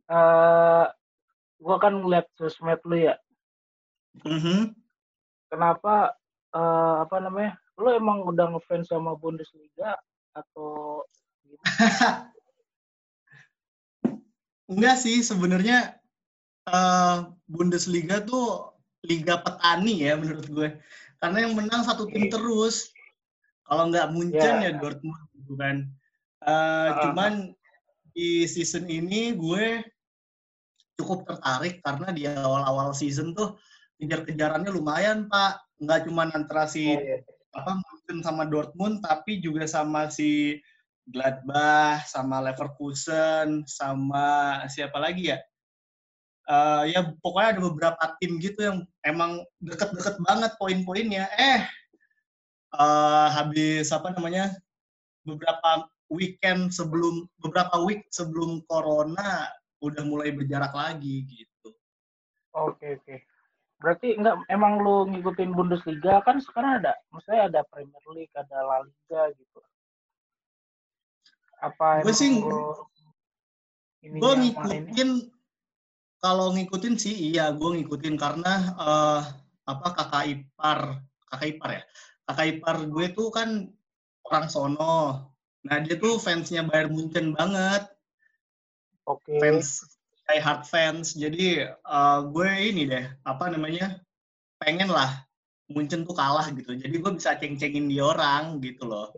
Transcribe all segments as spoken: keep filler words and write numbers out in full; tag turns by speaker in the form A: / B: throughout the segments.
A: Eee, gua kan ngeliat sosmed lu ya.
B: Mhm.
A: Kenapa, eee, apa namanya, lu emang udah ngefans sama Bundesliga atau gimana?
B: Enggak sih sebenarnya, eee, Bundesliga tuh liga petani ya menurut gue. Karena yang menang satu tim
A: Oke.
B: terus. Kalau nggak Munchen
A: Ya.
B: ya Dortmund gitu kan. Eee,
A: Heeh heeh.
B: cuman di season ini gue cukup tertarik karena di awal-awal season tuh kejar-kejarannya lumayan, Pak. Nggak cuman antara
A: Oh,
B: si
A: iya.
B: apa, Munchen sama Dortmund, tapi juga sama si Gladbach, sama Leverkusen, sama siapa lagi ya? Eee, ya pokoknya ada beberapa tim gitu yang emang deket-deket banget poin-poinnya. Eh, eee, habis apa namanya, beberapa weekend sebelum beberapa week sebelum corona udah mulai berjarak lagi gitu.
A: Oke oke. Berarti enggak emang lu ngikutin Bundesliga kan sekarang ada maksudnya ada Premier League, ada La Liga gitu. Apa
B: Gue
A: emang
B: sih
A: lu
B: gue
A: ininya mainnya?
B: ngikutin, kalau ngikutin sih iya gue ngikutin karena uh, apa kakak ipar kakak ipar ya kakak ipar gue tuh kan orang sono. Nah dia tuh fansnya Bayern Munchen banget,
A: Oke.
B: fans kayak hard fans. Jadi uh, gue ini deh apa namanya, pengen lah Munchen tuh kalah gitu. Jadi gue bisa ceng-cengin dia orang gitu loh.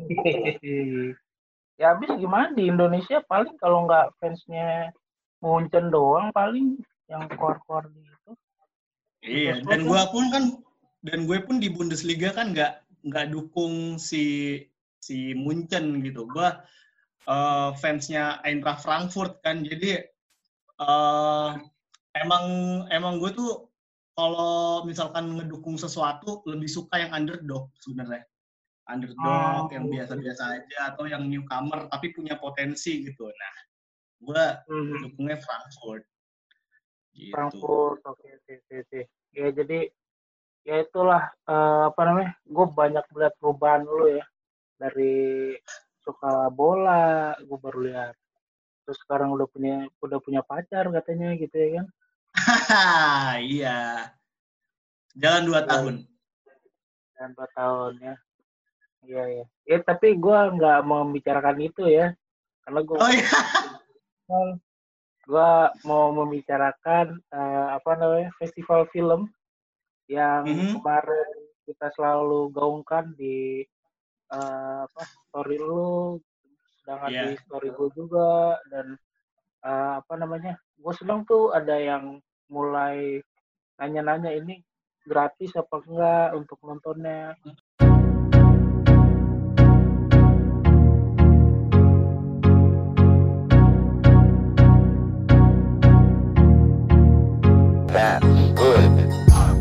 A: Ya habis gimana di Indonesia paling kalau nggak fansnya Munchen doang paling yang core-core gitu di
B: Iya,
A: sosmed
B: dan
A: kan.
B: gue pun kan dan gue pun di Bundesliga kan nggak nggak dukung si si Munchen gitu. Gue uh, fansnya Eintracht Frankfurt kan, jadi uh, emang emang gue tuh kalau misalkan ngedukung sesuatu lebih suka yang underdog sebenarnya. Underdog yang
A: Hmm,
B: biasa-biasa aja atau yang newcomer tapi punya potensi gitu. Nah, gue
A: hmm,
B: dukungnya Frankfurt gitu.
A: Frankfurt, oke oke oke oke. Ya jadi ya itulah eh, apa namanya, gue banyak melihat perubahan lu ya dari suka bola, gue baru lihat. Terus sekarang udah punya udah punya pacar katanya gitu ya kan?
B: Iya, jalan dua
A: Iya,
B: tahun.
A: iya. Dan dua tahun ya. Iya iya. Ya tapi gue nggak mau membicarakan itu ya, karena gue
B: Oh iya.
A: gue mau membicarakan eh, apa namanya festival film yang
B: Mhm.
A: kemarin kita selalu gaungkan di eh, apa story lu, sedangkan di
B: Iya.
A: story gue juga dan eh, apa namanya gue seneng tuh ada yang mulai nanya-nanya ini gratis apa enggak untuk nontonnya.
C: That's good.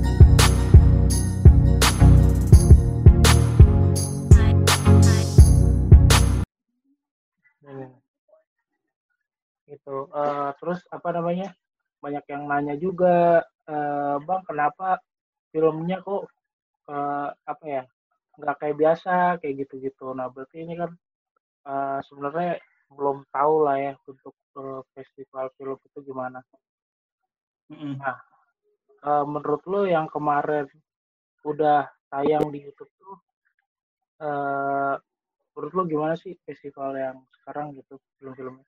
A: Hmm, gitu. Eh, terus apa namanya banyak yang nanya juga, eh, bang kenapa filmnya kok eh, apa ya nggak kayak biasa kayak gitu-gitu. Nah berarti ini kan eh, sebenarnya belum tahu lah ya untuk eh, festival film itu gimana.
B: Mhm.
A: Nah eh, menurut lo yang kemarin udah tayang di YouTube tuh, eh, menurut lo gimana sih festival yang sekarang gitu film-filmnya?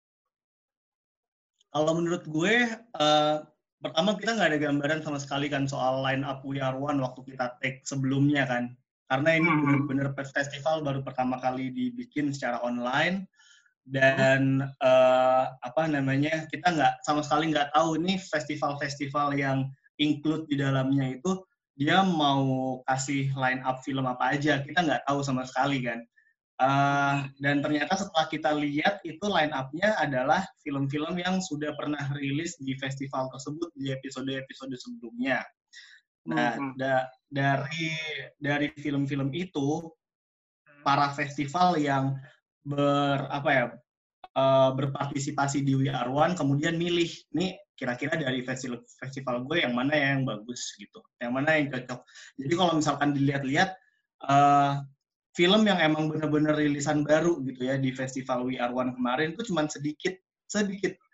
B: Kalau menurut gue, uh, pertama kita nggak ada gambaran sama sekali kan soal line up We Are One waktu kita take sebelumnya kan. Karena ini
A: Hmm.
B: benar-benar festival baru pertama kali dibikin secara online
A: Hmm.
B: dan uh, apa namanya, kita nggak sama sekali nggak tahu nih festival-festival yang include di dalamnya itu dia mau kasih line up film apa aja, kita nggak tahu sama sekali kan. Uh, dan ternyata setelah kita lihat itu line up-nya adalah film-film yang sudah pernah rilis di festival tersebut di episode-episode sebelumnya. Nah,
A: Hmm.
B: da- dari dari film-film itu para festival yang ber apa ya uh, berpartisipasi di We Are One kemudian milih nih kira-kira dari festival festival gue yang mana yang bagus gitu, yang mana yang cocok. Jadi kalau misalkan dilihat-lihat uh, film yang emang bener-bener rilisan baru gitu ya di festival We Are One kemarin itu cuma sedikit sedikit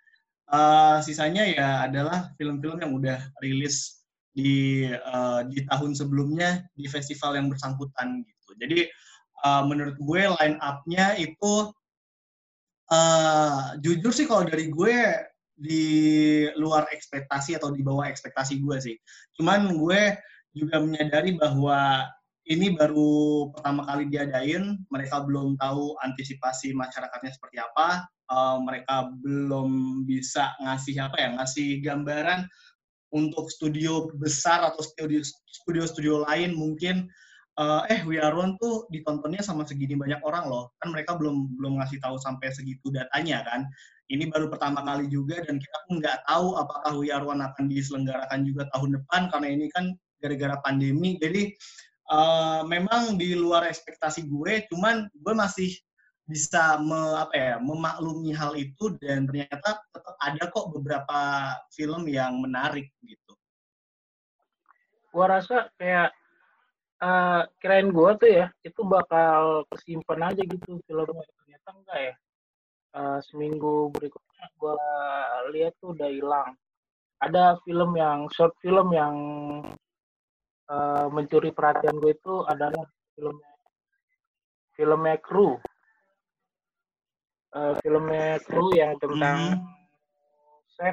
B: Uh, sisanya ya adalah film-film yang udah rilis di uh, di tahun sebelumnya di festival yang bersangkutan gitu. Jadi uh, menurut gue line up-nya itu uh, jujur sih kalau dari gue di luar ekspektasi atau di bawah ekspektasi gue sih. Cuman gue juga menyadari bahwa ini baru pertama kali diadain, mereka belum tahu antisipasi masyarakatnya seperti apa, uh, mereka belum bisa ngasih apa ya, ngasih gambaran untuk studio besar atau studio studio-studio lain mungkin uh, eh We Are One tuh ditontonnya sama segini banyak orang loh, kan mereka belum belum ngasih tahu sampai segitu datanya kan. Ini baru pertama kali juga dan kita pun nggak tahu apakah We Are One akan diselenggarakan juga tahun depan karena ini kan gara-gara pandemi. Jadi uh, memang di luar ekspektasi gue, cuman gue masih bisa me, apa ya, memaklumi hal itu dan ternyata tetap ada kok beberapa film yang menarik gitu.
A: Gua rasa kayak uh, kirain gua tuh ya itu bakal kesimpan aja gitu filmnya, ternyata enggak ya. Uh, seminggu berikutnya gua lihat tuh udah hilang. Ada film yang short film yang uh, mencuri perhatian gue itu adalah filmnya filmnya Crew. Uh, filmnya Crew yang tentang
B: Mm-hmm.
A: chef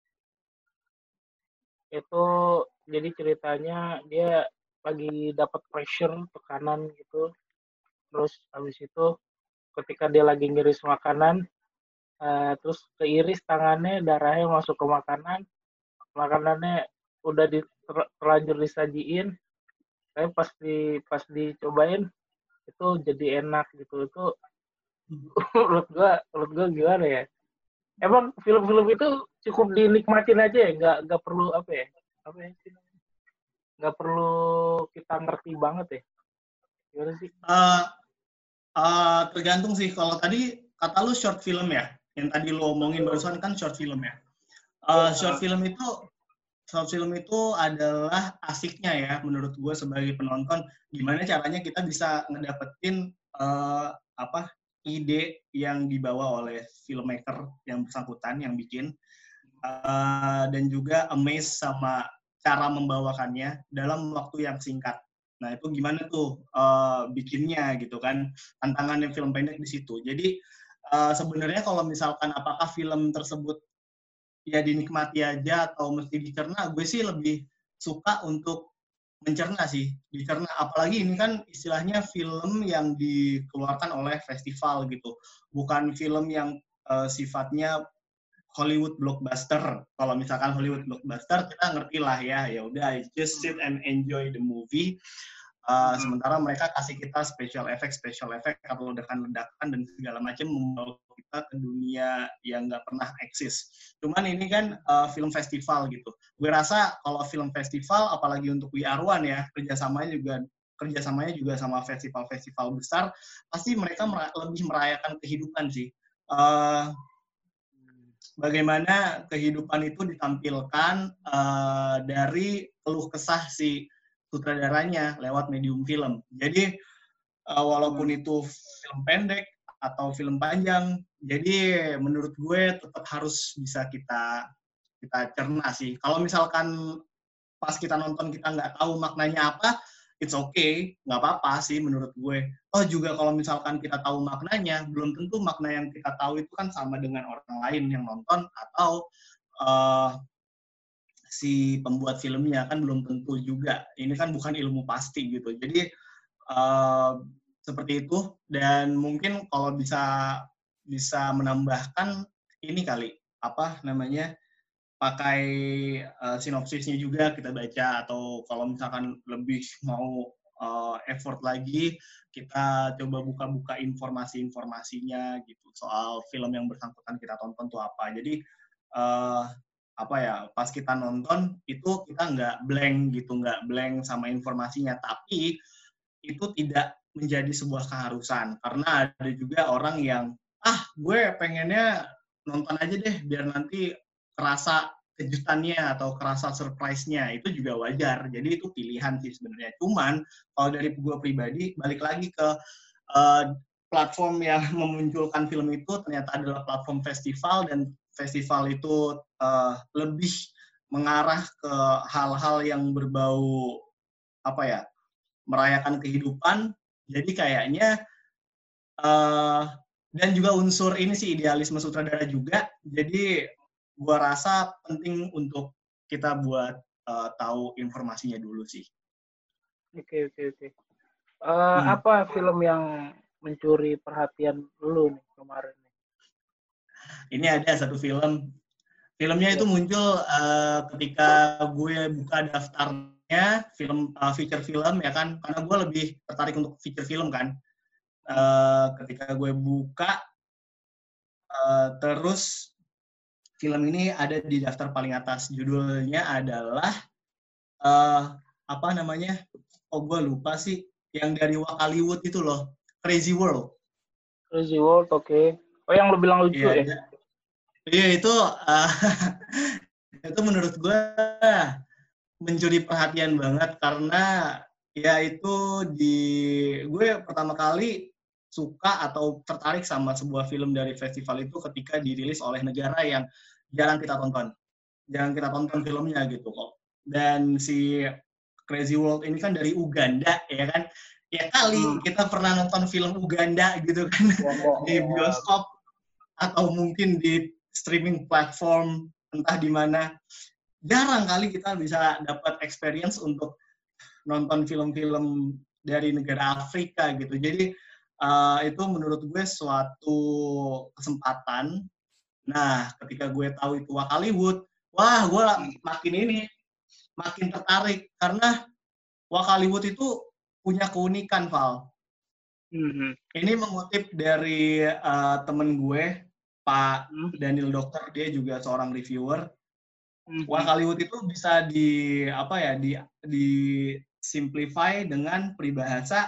A: itu, jadi ceritanya dia lagi dapat pressure, tekanan gitu, terus habis itu ketika dia lagi ngiris makanan, uh, terus keiris tangannya, darahnya masuk ke makanan, makanannya udah di, ter, terlanjur disajiin, tapi pas di pas dicobain itu jadi enak gitu. Itu menurut gua menurut gua gimana ya, emang film-film itu cukup dinikmatin aja ya, nggak nggak perlu apa ya apa ya nggak perlu kita ngerti banget ya, gimana sih?
B: Uh, uh, tergantung sih. Kalau tadi kata lu short film ya, yang tadi lu omongin barusan kan short film ya. Uh, short film itu short film itu adalah asiknya ya menurut gue sebagai penonton, gimana caranya kita bisa ngedapetin uh, apa ide yang dibawa oleh filmmaker yang bersangkutan yang bikin, uh, dan juga amazed sama cara membawakannya dalam waktu yang singkat. Nah itu gimana tuh uh, bikinnya gitu kan, tantangannya film pendek di situ. Jadi uh, sebenarnya kalau misalkan apakah film tersebut ya dinikmati aja atau mesti dicerna, gue sih lebih suka untuk mencerna sih, dicerna. Apalagi ini kan istilahnya film yang dikeluarkan oleh festival gitu, bukan film yang uh, sifatnya Hollywood blockbuster. Kalau misalkan Hollywood blockbuster kita ngerti lah ya, ya udah just sit and enjoy the movie. Uh, sementara mereka kasih kita special effect, special effect atau ledakan-ledakan dan segala macam membawa kita ke dunia yang nggak pernah eksis. Cuman ini kan uh, film festival gitu. Gue rasa kalau film festival, apalagi untuk We Are One ya, kerjasamanya juga kerjasamanya juga sama festival-festival besar, pasti mereka mer- lebih merayakan kehidupan sih. Uh, bagaimana kehidupan itu ditampilkan uh, dari keluh kesah si sutradaranya lewat medium film. Jadi uh, walaupun itu film pendek atau film panjang, jadi menurut gue tetap harus bisa kita kita cerna sih. Kalau misalkan pas kita nonton kita nggak tahu maknanya apa, it's okay, nggak apa-apa sih menurut gue. Oh juga kalau misalkan kita tahu maknanya, belum tentu makna yang kita tahu itu kan sama dengan orang lain yang nonton atau uh, si pembuat filmnya, kan belum tentu juga. Ini kan bukan ilmu pasti gitu. Jadi uh, seperti itu. Dan mungkin kalau bisa bisa menambahkan ini kali apa namanya pakai uh, sinopsisnya juga kita baca, atau kalau misalkan lebih mau uh, effort lagi kita coba buka-buka informasi-informasinya gitu soal film yang bersangkutan kita tonton tuh apa. Jadi uh, apa ya, pas kita nonton itu kita nggak blank gitu, nggak blank sama informasinya, tapi itu tidak menjadi sebuah keharusan, karena ada juga orang yang ah gue pengennya nonton aja deh biar nanti kerasa kejutannya atau kerasa surprise-nya, itu juga wajar. Jadi itu pilihan sih sebenarnya. Cuman kalau dari gue pribadi, balik lagi ke uh, platform yang memunculkan film itu ternyata adalah platform festival, dan festival itu uh, lebih mengarah ke hal-hal yang berbau apa ya, merayakan kehidupan. Jadi kayaknya uh, dan juga unsur ini sih idealisme sutradara juga. Jadi gua rasa penting untuk kita buat uh, tahu informasinya dulu sih.
A: Oke oke oke. Uh,
B: Hmm.
A: Apa film yang mencuri perhatian lu nih kemarin nih?
B: Ini ada satu film. Filmnya
A: Ya.
B: itu muncul uh, ketika gue buka daftarnya film uh, feature film ya kan, karena gue lebih tertarik untuk feature film kan. Uh, ketika gue buka, uh, terus film ini ada di daftar paling atas. Judulnya adalah uh, apa namanya? Oh gue lupa sih. Yang dari Hollywood itu loh, Crazy World.
A: Crazy World, oke. Okay. Oh yang lu bilang lucu
B: Iya,
A: ya?
B: iya itu uh, itu menurut gue mencuri perhatian banget karena ya itu di gue pertama kali suka atau tertarik sama sebuah film dari festival itu ketika dirilis oleh negara yang jarang kita tonton, jarang kita tonton filmnya gitu kok. Dan si Crazy World ini kan dari Uganda ya kan, ya kali
A: Hmm.
B: kita pernah nonton film Uganda gitu kan di bioskop atau mungkin di streaming platform entah di mana. Jarang kali kita bisa dapat experience untuk nonton film-film dari negara Afrika gitu. Jadi uh, itu menurut gue suatu kesempatan. Nah, ketika gue tahu itu Wak Hollywood, wah gue makin ini, makin tertarik karena Wak Hollywood itu punya keunikan, Val.
A: Mm-hmm.
B: Ini mengutip dari uh, temen gue, Pak
A: Mm-hmm.
B: Daniel Dokter, dia juga seorang reviewer.
A: Mm-hmm.
B: Wak Hollywood itu bisa di apa ya di di simplify dengan peribahasa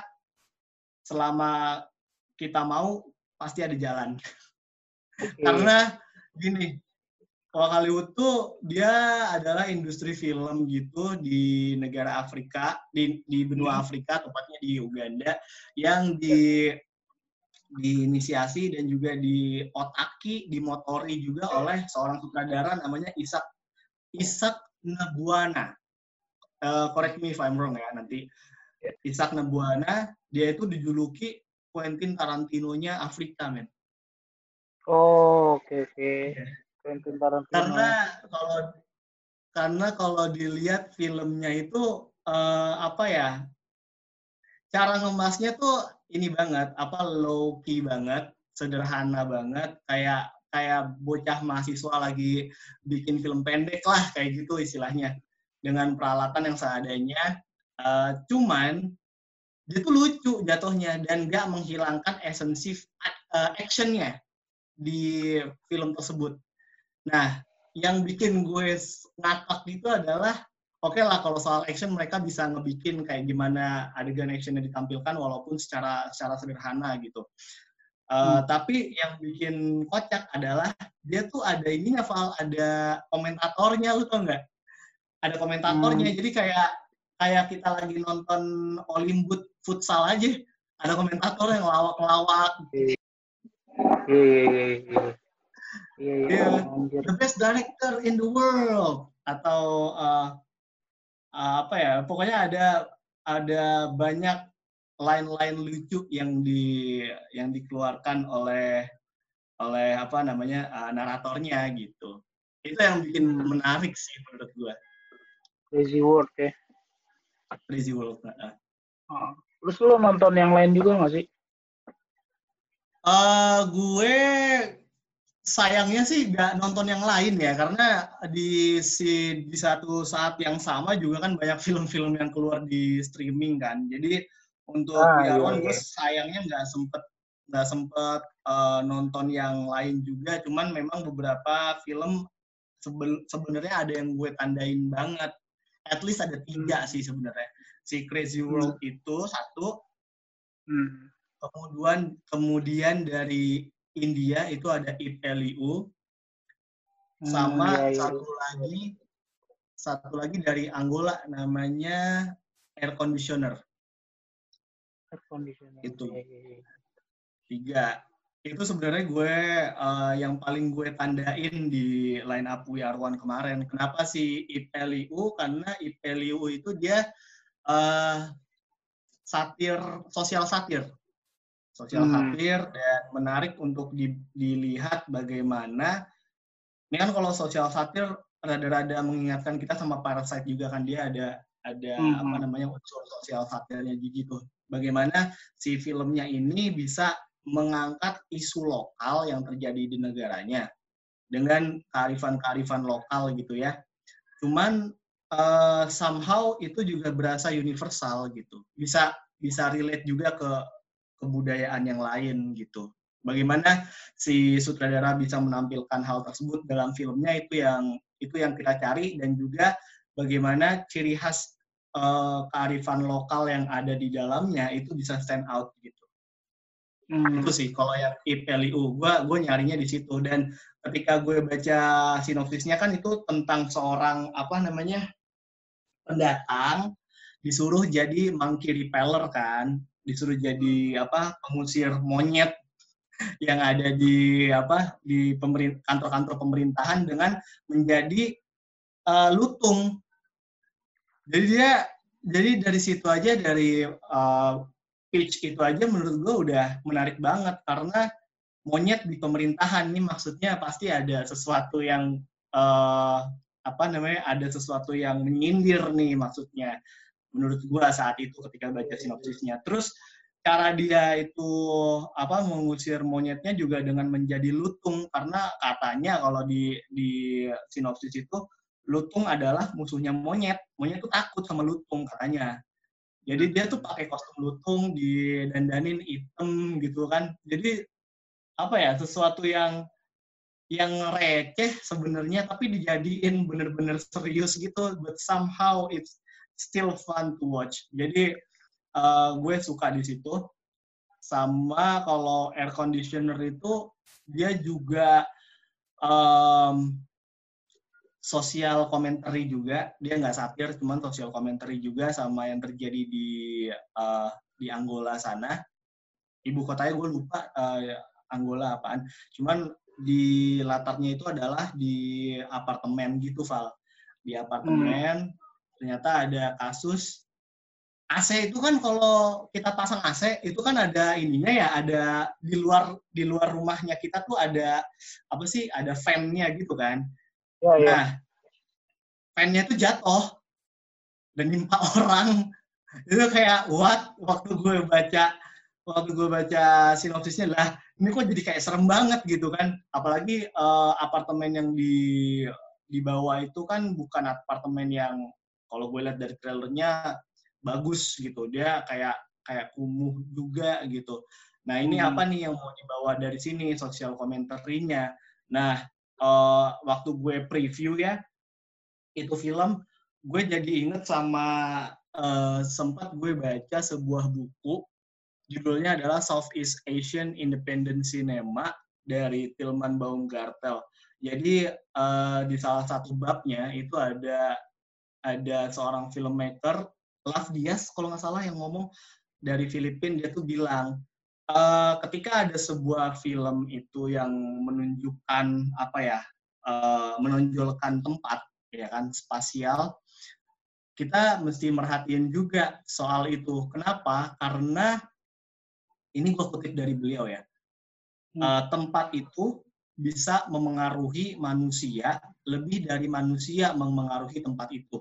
B: selama kita mau pasti ada jalan.
A: Okay.
B: Karena gini, Wak Hollywood tuh dia adalah industri film gitu di negara Afrika, di di benua Afrika, tepatnya di Uganda, yang di diinisiasi dan juga diotaki, dimotori juga oleh seorang sutradara namanya Isaac Isaac Nabuana. Uh, correct me if I'm wrong ya nanti. Isaac Nabuana, dia itu dijuluki Quentin Tarantino-nya Afrika, men.
A: Oh, oke okay, oke. Okay.
B: Yeah.
A: Quentin Tarantino.
B: Karena kalau karena kalau dilihat filmnya itu uh, apa ya? Cara ngemasnya tuh ini banget, apa low key banget, sederhana banget, kayak kayak bocah mahasiswa lagi bikin film pendek lah, kayak gitu istilahnya. Dengan peralatan yang seadanya, uh, cuman dia tuh lucu jatuhnya dan nggak menghilangkan esensi uh, actionnya di film tersebut. Nah, yang bikin gue ngakak itu adalah oke okay lah kalau soal action mereka bisa ngebikin kayak gimana adegan actionnya ditampilkan walaupun secara secara sederhana gitu. Uh, hmm. Tapi yang bikin kocak adalah dia tuh ada ininya, Val, ada komentatornya, lu tau nggak? Ada komentatornya, hmm. jadi kayak kayak kita lagi nonton Olimput futsal aja, ada komentator yang ngelawak-ngelawak.
A: Iya, iya, iya.
B: Iya, the best director in the world atau uh, uh, apa ya? Pokoknya ada ada banyak line-line lucu yang di yang dikeluarkan oleh oleh apa namanya uh, naratornya gitu. Itu yang bikin hmm. menarik sih menurut gua.
A: Crazy World ya.
B: Crazy World. Uh.
A: Oh. Terus lu nonton yang lain juga nggak sih?
B: Uh, gue sayangnya sih nggak nonton yang lain ya, karena di si di satu saat yang sama juga kan banyak film-film yang keluar di streaming kan. Jadi untuk
A: ah,
B: Biar
A: iya,
B: One
A: iya.
B: gue sayangnya nggak sempet nggak sempet uh, nonton yang lain juga. Cuman memang beberapa film seben, sebenarnya ada yang gue tandain banget. At least ada tiga hmm. sih sebenarnya. Si Crazy World hmm. itu satu. Hmm. Kemudian kemudian dari India itu ada Ip Eliu, sama hmm, iya, iya. satu lagi satu lagi dari Angola namanya Air Conditioner.
A: Air Conditioner.
B: Itu
A: iya, iya.
B: tiga. Itu sebenarnya gue uh, yang paling gue tandain di line up We Are One kemarin. Kenapa sih Ipeliu? Karena Ipeliu itu dia uh, satir, sosial satir. Sosial
A: Hmm.
B: satir dan menarik untuk di, dilihat bagaimana. Ini kan kalau sosial satir rada-rada mengingatkan kita sama Parasite juga kan, dia ada ada
A: Hmm.
B: apa namanya unsur sosial satirnya gitu. Bagaimana si filmnya ini bisa mengangkat isu lokal yang terjadi di negaranya dengan kearifan-kearifan lokal gitu ya. Cuman uh, somehow itu juga berasa universal gitu. Bisa bisa relate juga ke kebudayaan yang lain gitu. Bagaimana si sutradara bisa menampilkan hal tersebut dalam filmnya, itu yang itu yang kita cari, dan juga bagaimana ciri khas uh, kearifan lokal yang ada di dalamnya itu bisa stand out gitu.
A: Hmm.
B: Itu sih kalau yang Ipeliu, gue gue nyarinya di situ. Dan ketika gue baca sinopsisnya kan itu tentang seorang apa namanya pendatang disuruh jadi monkey repeller kan, disuruh jadi apa pengusir monyet yang ada di apa di pemerintah, kantor-kantor pemerintahan dengan menjadi uh, lutung. Jadi dia jadi dari situ aja, dari uh, pitch itu aja menurut gue udah menarik banget, karena monyet di pemerintahan ini maksudnya pasti ada sesuatu yang uh, apa namanya ada sesuatu yang menyindir nih maksudnya menurut gua saat itu ketika baca sinopsisnya. Terus cara dia itu apa mengusir monyetnya juga dengan menjadi lutung, karena katanya kalau di di sinopsis itu lutung adalah musuhnya monyet. Monyet itu takut sama lutung katanya. Jadi dia tuh pakai kostum lutung, didandanin hitam gitu kan. Jadi apa ya, sesuatu yang yang receh sebenarnya tapi dijadiin bener-bener serius gitu, but somehow it's still fun to watch. Jadi uh, gue suka di situ. Sama kalau Air Conditioner itu dia juga um, sosial commentary juga, dia nggak satir, cuman sosial commentary juga sama yang terjadi di uh, di Angola sana. Ibu kotanya gue lupa uh, Angola apaan. Cuman di latarnya itu adalah di apartemen gitu, Val. Di apartemen, hmm. ternyata ada kasus A C itu kan kalau kita pasang A C itu kan ada ininya ya, ada di luar di luar rumahnya kita tuh ada apa sih, ada fan-nya gitu kan.
A: Ya, ya.
B: Nah, fan-nya tuh jatuh dan nimpa orang. Itu kayak what, waktu gue baca waktu gue baca sinopsisnya lah, ini kok jadi kayak serem banget gitu kan. Apalagi uh, apartemen yang di di bawah itu kan bukan apartemen yang kalau gue lihat dari trailernya bagus gitu. Dia kayak kayak kumuh juga gitu. Nah, ini hmm. apa nih yang mau dibawa dari sini sosial komentarnya. Nah, uh, waktu gue preview ya itu film, gue jadi inget sama uh, sempat gue baca sebuah buku, judulnya adalah Southeast Asian Independent Cinema dari Tilman Baumgartel. Jadi uh, di salah satu babnya itu ada ada seorang filmmaker, Love Diaz kalau nggak salah, yang ngomong dari Filipina. Dia tuh bilang uh, ketika ada sebuah film itu yang menunjukkan apa ya, uh, menonjolkan tempat ya kan, spasial, kita mesti merhatiin juga soal itu. Kenapa? Karena ini gue kutip dari beliau ya, hmm. uh, tempat itu bisa memengaruhi manusia lebih dari manusia memengaruhi tempat itu.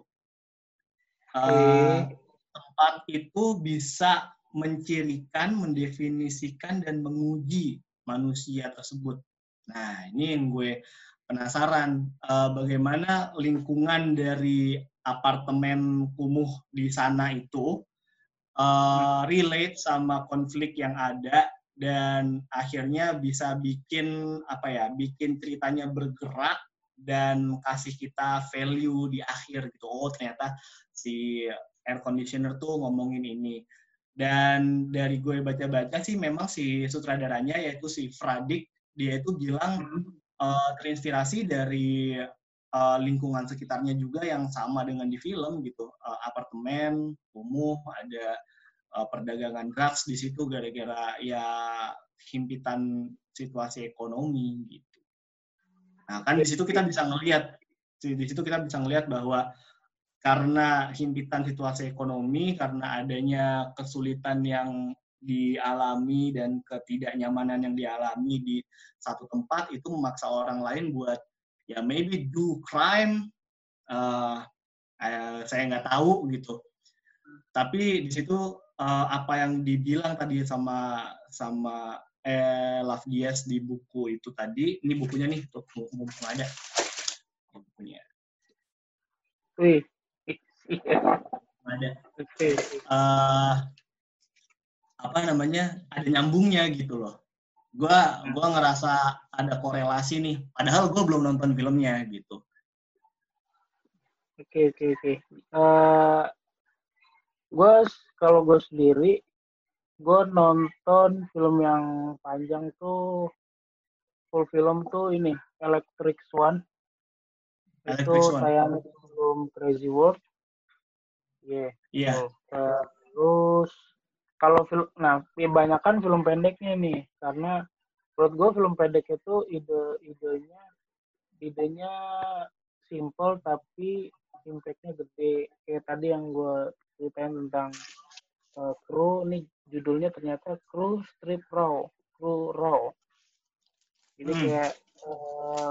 B: Uh, tempat itu bisa mencirikan, mendefinisikan, dan menguji manusia tersebut. Nah, ini yang gue penasaran, uh, bagaimana lingkungan dari apartemen kumuh di sana itu uh, relate sama konflik yang ada, dan akhirnya bisa bikin apa ya, bikin ceritanya bergerak dan kasih kita value di akhir gitu. Oh, ternyata si Air Conditioner tuh ngomongin ini. Dan dari gue baca-baca sih memang si sutradaranya yaitu si Fradik, dia itu bilang uh, terinspirasi dari uh, lingkungan sekitarnya juga yang sama dengan di film gitu. Uh, apartemen, kumuh, ada uh, perdagangan drugs di situ gara-gara ya himpitan situasi ekonomi gitu. Nah, kan di situ kita bisa ngelihat di situ kita bisa ngelihat bahwa karena himpitan situasi ekonomi, karena adanya kesulitan yang dialami dan ketidaknyamanan yang dialami di satu tempat, itu memaksa orang lain buat ya maybe do crime, uh, uh, saya nggak tahu gitu. Tapi di situ uh, apa yang dibilang tadi sama sama eh, Love Diaz di buku itu tadi, ini bukunya nih, tuh mumpung ada bukunya.
A: Wih,
B: ada.
A: oke.
B: Uh, apa namanya, ada nyambungnya gitu loh. Gua gua ngerasa ada korelasi nih, padahal gue belum nonton filmnya gitu.
A: Oke oke oke. Eh, gue kalau gue sendiri, gue nonton film yang panjang tuh full film tuh ini Electric Swan.
B: Electric
A: Itu
B: Swan.
A: tayang sebelum Crazy World. Yeah,
B: Iya.
A: Uh, terus kalau film, nah kebanyakan film pendeknya nih, karena menurut gue film pendek itu ide-idenya idenya simple tapi impactnya gede. Kayak tadi yang gue ceritain tentang uh, Crew, nih judulnya ternyata Crew Strip Raw, Crew Raw. Jadi
B: Hmm.
A: kayak uh,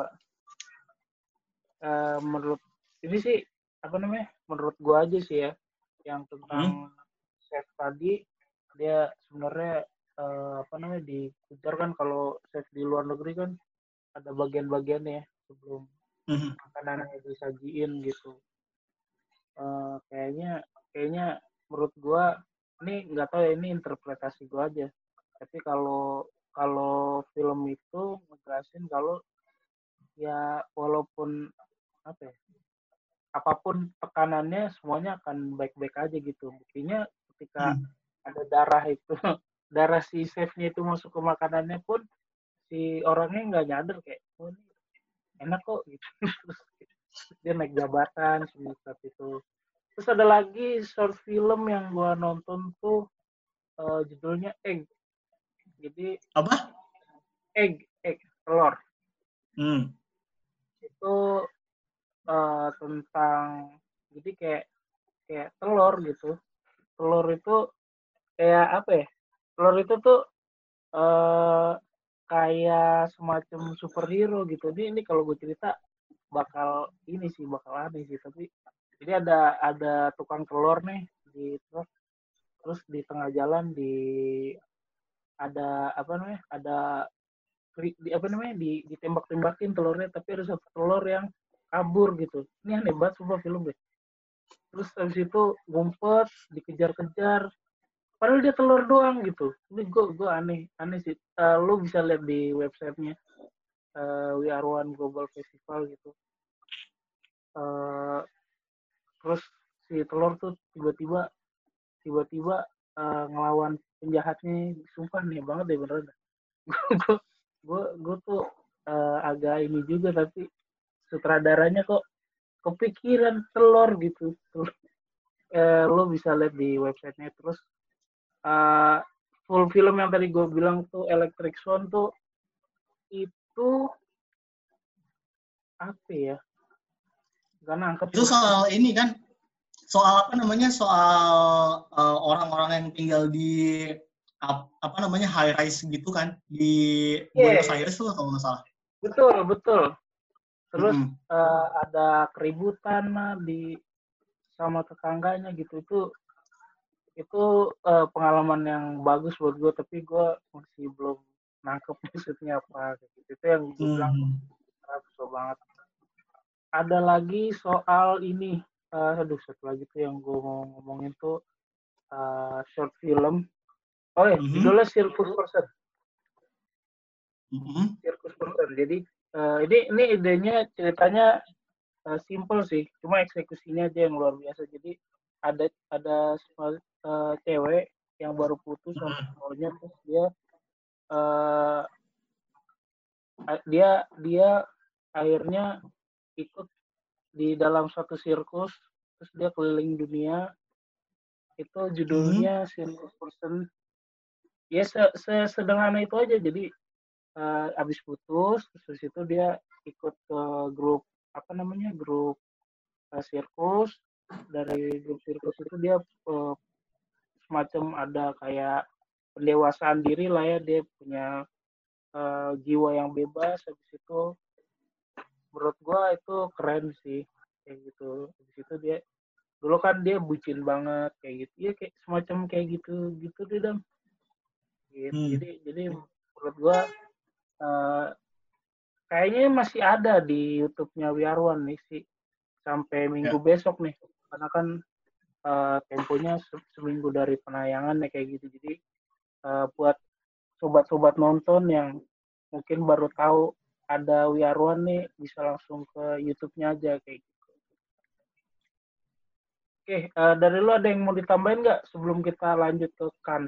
A: uh, menurut ini sih apa namanya? Menurut gue aja sih ya, yang tentang
B: Hmm.
A: chef tadi, dia sebenarnya uh, apa namanya dikejar kan, kalau chef di luar negeri kan ada bagian-bagiannya sebelum
B: Hmm.
A: makanannya disajiin gitu. Uh, kayaknya kayaknya menurut gua, ini nggak tahu ya, ini interpretasi gua aja, tapi kalau kalau film itu ngejelasin kalau ya walaupun apa ya, apapun tekanannya semuanya akan baik-baik aja gitu. Buktinya ketika
B: Hmm.
A: ada darah itu darah si chefnya itu masuk ke makanannya pun si orangnya nggak nyadar, kayak oh ini enak kok gitu. Terus dia naik jabatan seperti itu. Terus ada lagi short film yang gua nonton tuh uh, judulnya Egg. Jadi
B: Apa?
A: egg, egg, telur.
B: Hmm.
A: Itu uh, tentang, jadi kayak kayak telur gitu. Telur itu kayak apa ya? Telur itu tuh uh, kayak semacam superhero gitu. Ini ini kalau gue cerita bakal ini sih, bakal aneh sih, tapi jadi ada ada tukang telur nih di truk, terus di tengah jalan di ada apa namanya ada di, apa namanya di ditembak-tembakin telurnya, tapi ada satu telur yang kabur gitu. Ini aneh banget semua film deh. Terus habis itu ngumpet, dikejar-kejar, padahal dia telur doang gitu. Ini gue gue aneh aneh sih. Uh, lu bisa lihat di websitenya uh, We Are One Global Festival gitu. Uh, terus si telur tuh tiba-tiba tiba-tiba uh, ngelawan penjahatnya. Sumpah nih banget deh beneran. gue gue gue tuh uh, agak ini juga, tapi sutradaranya kok kepikiran telur gitu. Telur. Uh, lo bisa lihat di websitenya. Terus uh, full film yang tadi gue bilang tuh Electric Swan tuh itu apa ya? Gak nangkep.
B: Itu soal ini kan, soal apa namanya, soal uh, orang-orang yang tinggal di ap, apa namanya high rise gitu kan, di
A: Yeah.
B: Buenos Aires tuh kalau nggak salah.
A: Betul betul. Terus
B: Mm-hmm.
A: uh, ada keributan di sama tetangganya gitu. Itu itu uh, pengalaman yang bagus buat gue, tapi gue masih belum nangkep maksudnya apa gitu. Itu yang gue bilang susah banget. Ada lagi soal ini, uh, aduh satu lagi tuh yang gue mau ngomongin tuh uh, short film. Oh ya,
B: Mm-hmm.
A: judulnya Circus Person.
B: Mm-hmm.
A: Circus Person. Jadi uh, ini ini idenya ceritanya uh, simple sih, cuma eksekusinya aja yang luar biasa. Jadi ada ada uh, cewek yang baru putus sama cowoknya, terus dia uh, dia dia akhirnya ikut di dalam suatu sirkus, terus dia keliling dunia. Itu judulnya mm-hmm. Circus Person. Ya se sesederhana itu aja. Jadi uh, abis putus, terus itu dia ikut ke grup apa namanya grup uh, sirkus. Dari grup sirkus itu dia uh, semacam ada kayak pendewasaan diri lah ya, dia punya uh, jiwa yang bebas. Habis itu menurut gua itu keren sih kayak gitu. Habis itu dia dulu kan dia bucin banget kayak gitu ya, kayak semacam kayak gitu gitu deh dam gitu.
B: Hmm.
A: jadi jadi menurut gua uh, kayaknya masih ada di YouTube-nya Wiarwan nih sih sampai minggu
B: Ya.
A: besok nih, karena kan uh, temponya se- seminggu dari penayangan ya kayak gitu. Jadi uh, buat sobat-sobat nonton yang mungkin baru tahu ada Wiarwan nih, bisa langsung ke YouTube-nya aja kayak gitu. Oke, uh, dari lu ada yang mau ditambahin nggak sebelum kita lanjut ke Cannes?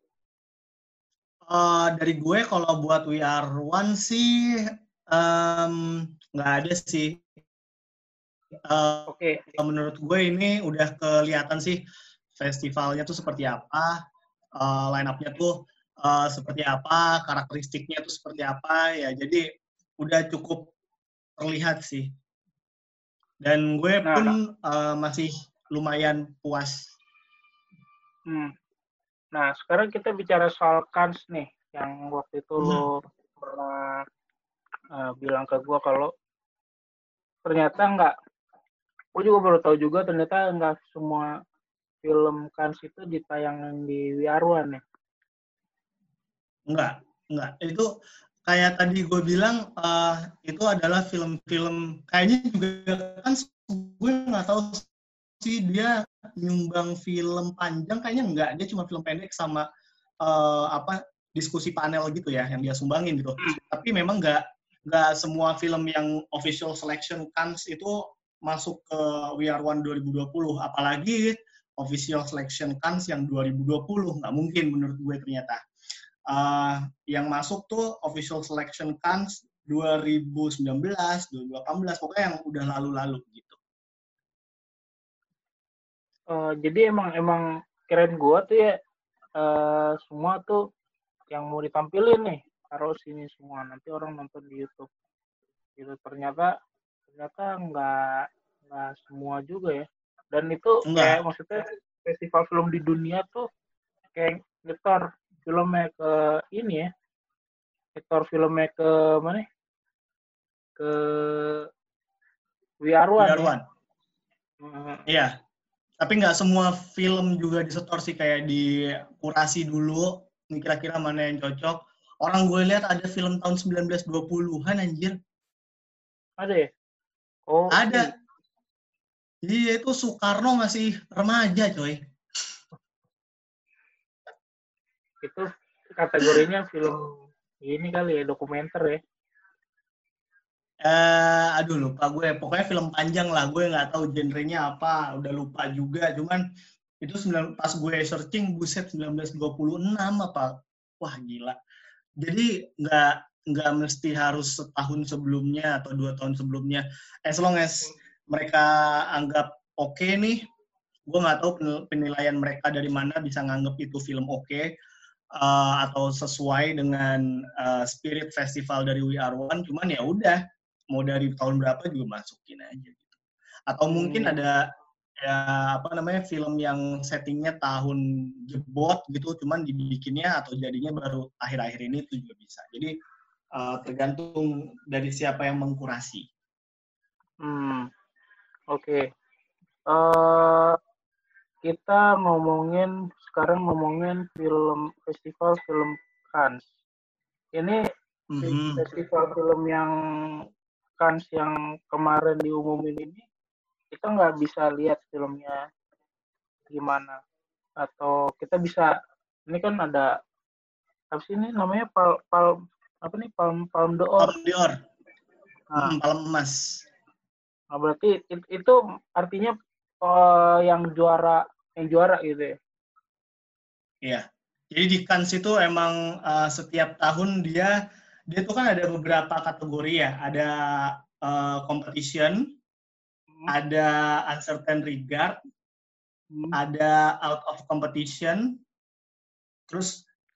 B: Uh, dari gue kalau buat We Are One sih um, nggak ada sih. Uh,
A: Oke.
B: menurut gue ini udah kelihatan sih festivalnya tuh seperti apa, uh, line up-nya tuh uh, seperti apa, karakteristiknya tuh seperti apa ya. Jadi udah cukup terlihat sih. Dan gue
A: Nah,
B: pun uh, masih lumayan puas.
A: hmm. Nah, sekarang kita bicara soal Cannes nih, yang waktu itu
B: Hmm.
A: lo pernah uh, bilang ke gue kalau ternyata nggak, gue juga baru tahu juga ternyata nggak semua film Cannes itu ditayangin di Wiarwan ya.
B: Enggak, enggak. Itu kayak tadi gue bilang, uh, itu adalah film-film, kayaknya juga kan gue nggak tahu sih dia nyumbang film panjang, kayaknya enggak. Dia cuma film pendek sama uh, apa diskusi panel gitu ya, yang dia sumbangin gitu.
A: Hmm.
B: Tapi memang enggak, enggak semua film yang official selection Cannes itu masuk ke We Are One dua ribu dua puluh. Apalagi official selection Cannes yang dua ribu dua puluh. Nggak mungkin menurut gue ternyata. Uh, yang masuk tuh official selection Cannes dua ribu sembilan belas, dua ribu delapan belas, pokoknya yang udah lalu-lalu gitu.
A: Uh, jadi emang emang keren gue tuh ya, uh, semua tuh yang mau ditampilin nih taruh sini semua, nanti orang nonton di YouTube gitu. Ternyata ternyata nggak nggak semua juga ya, dan itu kayak
B: Enggak.
A: maksudnya festival film di dunia tuh kayak nyetor filmnya ke ini ya, nyetor filmnya ke mana, ke We Are
B: We
A: One
B: Are
A: ya.
B: One.
A: Hmm.
B: Iya. Tapi nggak semua film juga disetor sih, kayak dikurasi dulu, ini kira-kira mana yang cocok. Orang gue lihat ada film tahun sembilan belas dua puluhan, anjir.
A: Ada ya? Oh
B: Ada.
A: iya.
B: Iya, itu Soekarno masih remaja, coy.
A: Itu kategorinya film ini kali ya, dokumenter ya.
B: Eh, aduh lupa gue. Pokoknya film panjang lah. Gue nggak tahu genrenya apa. Udah lupa juga. Cuman itu pas gue searching, buset sembilan belas dua puluh enam apa. Wah gila. Jadi nggak nggak mesti harus setahun sebelumnya atau dua tahun sebelumnya. As long as mereka anggap oke okay nih, gue nggak tahu penilaian mereka dari mana bisa nganggap itu film oke okay, uh, atau sesuai dengan uh, spirit festival dari We Are One. Cuman ya udah, mau dari tahun berapa juga masukin aja gitu. Atau mungkin
A: Hmm.
B: ada ya apa namanya film yang settingnya tahun jebot gitu, cuman dibikinnya atau jadinya baru akhir-akhir ini itu juga bisa. Jadi uh, tergantung dari siapa yang mengkurasi.
A: Hmm. Oke. Okay. Uh, kita ngomongin sekarang ngomongin film festival film Cannes. Ini
B: Mm-hmm.
A: festival film yang Cannes yang kemarin diumumin ini, kita nggak bisa lihat filmnya gimana, atau kita bisa, ini kan ada apa sih ini namanya, pal pal apa nih palm palm d'or.
B: Palm d'or.
A: Nah,
B: Hmm, palm emas.
A: nah berarti it, itu artinya uh, yang juara yang juara gitu ya.
B: Iya. Jadi di Cannes itu emang uh, setiap tahun dia dia tuh kan ada beberapa kategori ya. Ada uh, competition,
A: Hmm.
B: ada uncertain regard,
A: Hmm.
B: ada out of competition, terus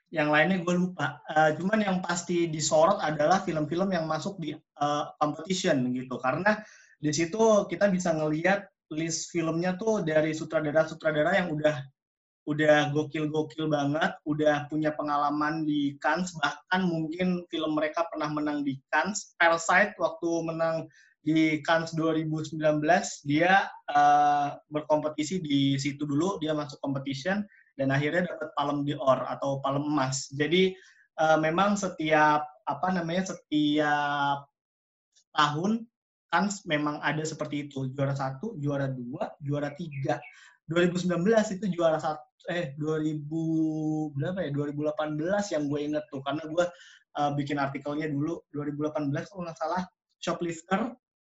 B: yang lainnya gue lupa. Uh, cuman yang pasti disorot adalah film-film yang masuk di uh, competition gitu. Karena di situ kita bisa ngelihat list filmnya tuh dari sutradara-sutradara yang udah udah gokil-gokil banget, udah punya pengalaman di Cannes, bahkan mungkin film mereka pernah menang di Cannes. Parasite waktu menang di Cannes dua ribu sembilan belas, dia uh, berkompetisi di situ dulu, dia masuk competition, dan akhirnya dapat Palme d'Or atau Palme Emas. Jadi uh, memang setiap apa namanya setiap tahun kan memang ada seperti itu, juara satu, juara dua, juara tiga. dua ribu sembilan belas itu juara satu, eh dua ribu berapa ya? dua ribu delapan belas yang gue inget tuh, karena gue uh, bikin artikelnya dulu dua ribu delapan belas kalau nggak salah, Shoplifter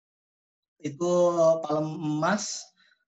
B: itu Palme Emas.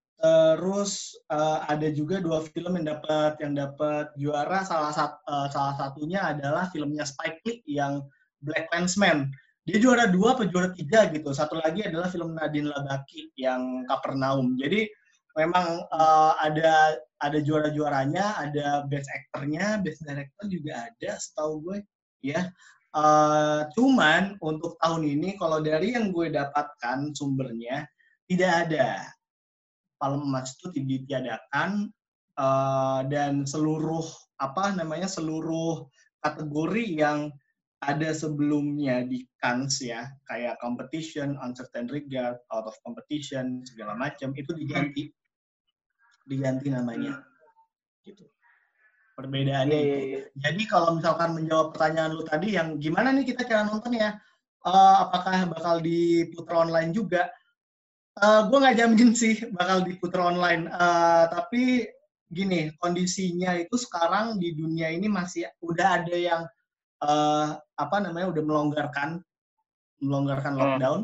B: Terus uh, ada juga dua film yang dapat yang dapat juara. Salah satu uh, salah satunya adalah filmnya Spike Lee yang Black Klansman. Dia juara dua atau juara tiga gitu. Satu lagi adalah film Nadine Labaki yang Kapernaum. Jadi memang uh, ada ada juara-juaranya, ada best actor-nya, best director juga ada, setahu gue, ya. Uh, cuman untuk tahun ini kalau dari yang gue dapatkan sumbernya tidak ada. Palme Emas itu ditiadakan uh, dan seluruh apa namanya seluruh kategori yang ada sebelumnya di Cannes ya, kayak competition, uncertain regard, out of competition, segala macam itu diganti, diganti namanya, gitu. Perbedaannya
A: Iya, iya,
B: itu.
A: iya.
B: Jadi kalau misalkan menjawab pertanyaan lu tadi, yang gimana nih kita cara nonton ya? Uh, apakah bakal diputar online juga? Uh, gue nggak jamin sih bakal diputar online. Uh, tapi gini, kondisinya itu sekarang di dunia ini masih udah ada yang uh, apa namanya udah melonggarkan melonggarkan lockdown,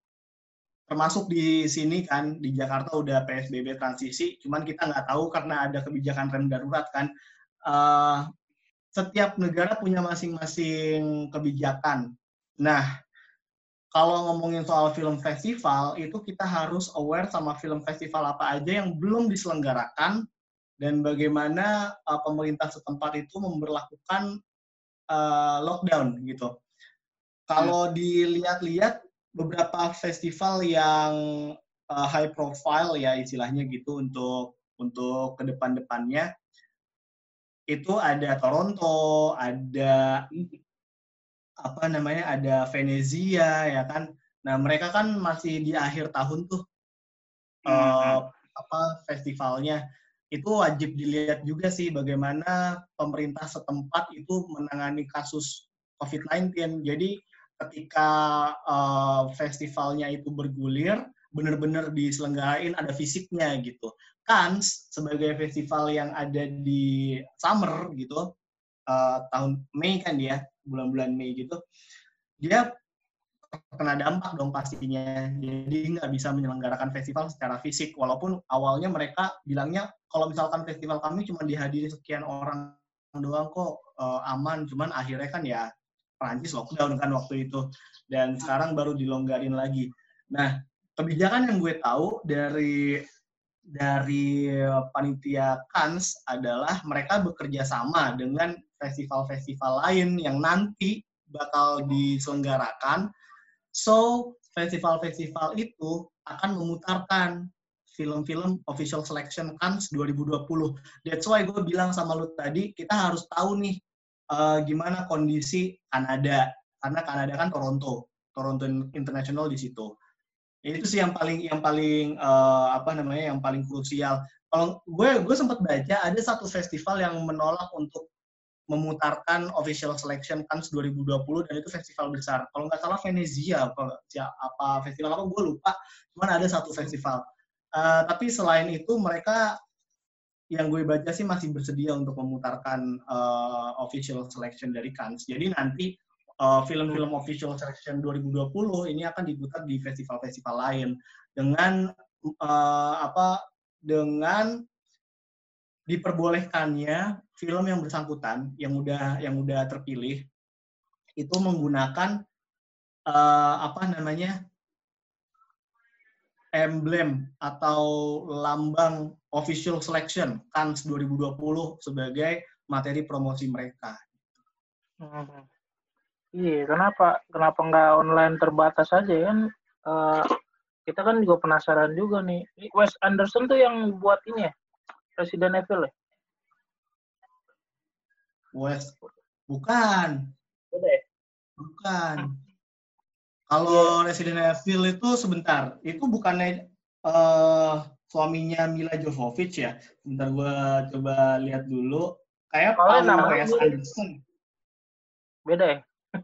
B: termasuk di sini kan di Jakarta udah P S B B transisi, cuman kita nggak tahu karena ada kebijakan rem darurat kan. Uh, setiap negara punya masing-masing kebijakan. Nah, kalau ngomongin soal film festival, itu kita harus aware sama film festival apa aja yang belum diselenggarakan dan bagaimana uh, pemerintah setempat itu memberlakukan uh, lockdown gitu. Kalau dilihat-lihat beberapa festival yang uh, high profile ya istilahnya gitu untuk untuk ke depan-depannya itu ada Toronto, ada apa namanya, ada Venezia ya kan. Nah, mereka kan masih di akhir tahun tuh uh, apa festivalnya. Itu wajib dilihat juga sih bagaimana pemerintah setempat itu menangani kasus covid sembilan belas. Jadi ketika uh, festivalnya itu bergulir, benar-benar diselenggarain ada fisiknya gitu. Cannes sebagai festival yang ada di summer gitu, uh, tahun Mei kan dia, bulan-bulan Mei gitu, dia kena dampak dong pastinya. Jadi nggak bisa menyelenggarakan festival secara fisik. Walaupun awalnya mereka bilangnya, kalau misalkan festival kami cuma dihadiri sekian orang doang kok, uh, aman. Cuman akhirnya kan ya Perancis lockdown kan waktu itu. Dan sekarang baru dilonggarin lagi. Nah, kebijakan yang gue tahu dari dari panitia Cannes adalah mereka bekerja sama dengan festival-festival lain yang nanti bakal diselenggarakan. So, festival-festival itu akan memutarkan film-film official selection Cannes dua ribu dua puluh. That's why gue bilang sama lu tadi, kita harus tahu nih uh, gimana kondisi Kanada. Karena Kanada kan Toronto, Toronto International di situ. Itu sih yang paling yang paling uh, apa namanya yang paling krusial. Kalau gue gue sempat baca ada satu festival yang menolak untuk memutarkan official selection Cannes dua ribu dua puluh dan itu festival besar. Kalau nggak salah Venezia apa, apa festival apa gue lupa. Cuman ada satu festival. Uh, tapi selain itu mereka yang gue baca sih masih bersedia untuk memutarkan uh, official selection dari Cannes. Jadi nanti uh, film-film official selection dua ribu dua puluh ini akan diputar di festival-festival lain dengan uh, apa dengan diperbolehkannya film yang bersangkutan yang udah yang udah terpilih itu menggunakan uh, apa namanya emblem atau lambang official selection Cannes dua ribu dua puluh sebagai materi promosi mereka
A: Mhm. Iya, kenapa kenapa nggak online terbatas aja kan? Eh, kita kan juga penasaran juga nih. Ini Wes Anderson tuh yang buat ini ya, Resident Evil ya?
B: West bukan,
A: Beda ya?
B: bukan.
A: Hmm. Iya.
B: Kalau Resident Evil itu sebentar, itu bukannya eh suaminya Mila Jovovich ya? Bentar gua coba lihat dulu. Kayak
A: Soalnya
B: Paul
A: namanya
B: Wes
A: mirip.
B: Anderson.
A: Beda ya?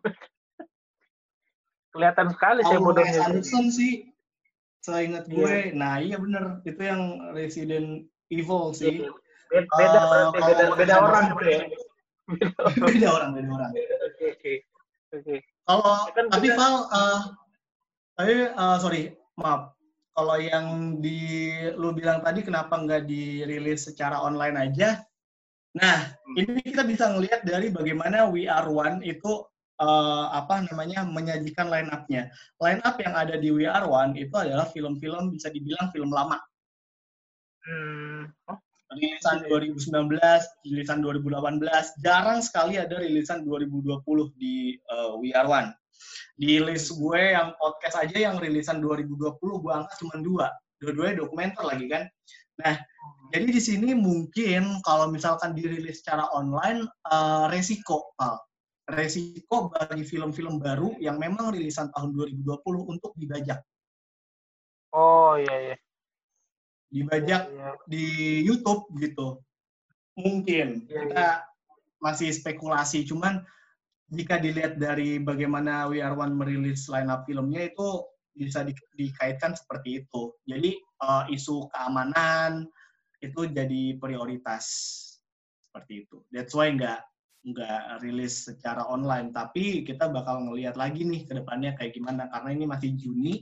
A: Kelihatan sekali saya
B: Paul Wes
A: bodohnya itu.
B: Anderson sih, seingat
A: Iya.
B: gue. Nah iya bener, itu yang Resident Evil sih.
A: Iya. Be- Beda
B: Eh
A: berarti
B: kalau
A: beda
B: Wes
A: beda orang
B: Anderson
A: itu ya. Beda orang.
B: beda orang, beda orang.
A: Oke oke oke.
B: Kalau
A: Ya kan
B: tapi
A: kita.
B: Val, eh tapi eh, sorry, maaf. Kalau yang di lu bilang tadi kenapa nggak dirilis secara online aja? Nah, ini kita bisa ngelihat dari bagaimana We Are One itu eh, apa namanya menyajikan line up-nya. Line up yang ada di We Are One itu adalah film-film bisa dibilang film lama.
A: Hmm. Oh,
B: Rilisan
A: gitu ya.
B: dua ribu sembilan belas, rilisan dua ribu delapan belas, jarang sekali ada rilisan dua ribu dua puluh di uh, We Are One. Di list gue yang podcast aja yang rilisan dua ribu dua puluh gue angkat cuma dua. Dua-duanya dokumenter lagi kan. Nah, jadi di sini mungkin kalau misalkan dirilis secara online, uh, resiko, Pak. Resiko bagi film-film baru yang memang rilisan tahun dua ribu dua puluh untuk dibajak.
A: Oh iya iya.
B: Dibajak
A: Iya,
B: di YouTube gitu. Mungkin.
A: iya, iya.
B: Kita masih spekulasi. Cuman jika dilihat dari bagaimana We Are One merilis line up filmnya itu bisa di, dikaitkan seperti itu. Jadi uh, isu keamanan itu jadi prioritas seperti itu. That's why nggak nggak rilis secara online, tapi kita bakal ngelihat lagi nih ke depannya kayak gimana karena ini masih Juni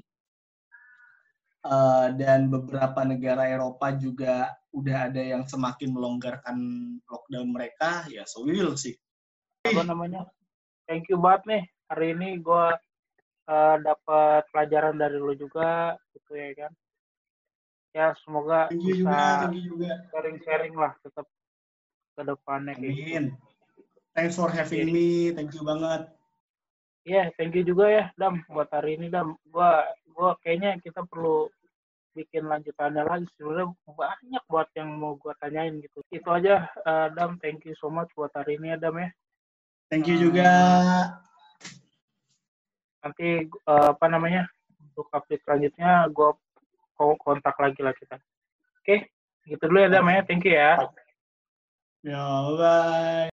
B: uh, dan beberapa negara Eropa juga udah ada yang semakin melonggarkan lockdown mereka, ya so we will see.
A: Apa namanya? Thank you banget nih. Hari ini gue uh, dapat pelajaran dari lu juga, gitu ya kan. Ya semoga
B: Thank you
A: bisa
B: juga, thank you juga.
A: sharing-sharing lah tetap ke depannya kayak gitu.
B: Amin. Thanks for having
A: Iya,
B: me, thank you banget.
A: yeah, thank you juga ya, Dam, buat hari ini, Dam. Gua, gua kayaknya kita perlu bikin lanjutannya lagi. Sebenarnya banyak buat yang mau gua tanyain gitu. Itu aja, uh, Dam. Thank you so much buat hari ini ya, Dam ya.
B: Thank you juga.
A: Uh, nanti uh, apa namanya untuk update selanjutnya gua kontak lagi lah kita. Oke, okay? Gitu dulu ya, Dam ya. Thank you ya.
B: Ya, bye.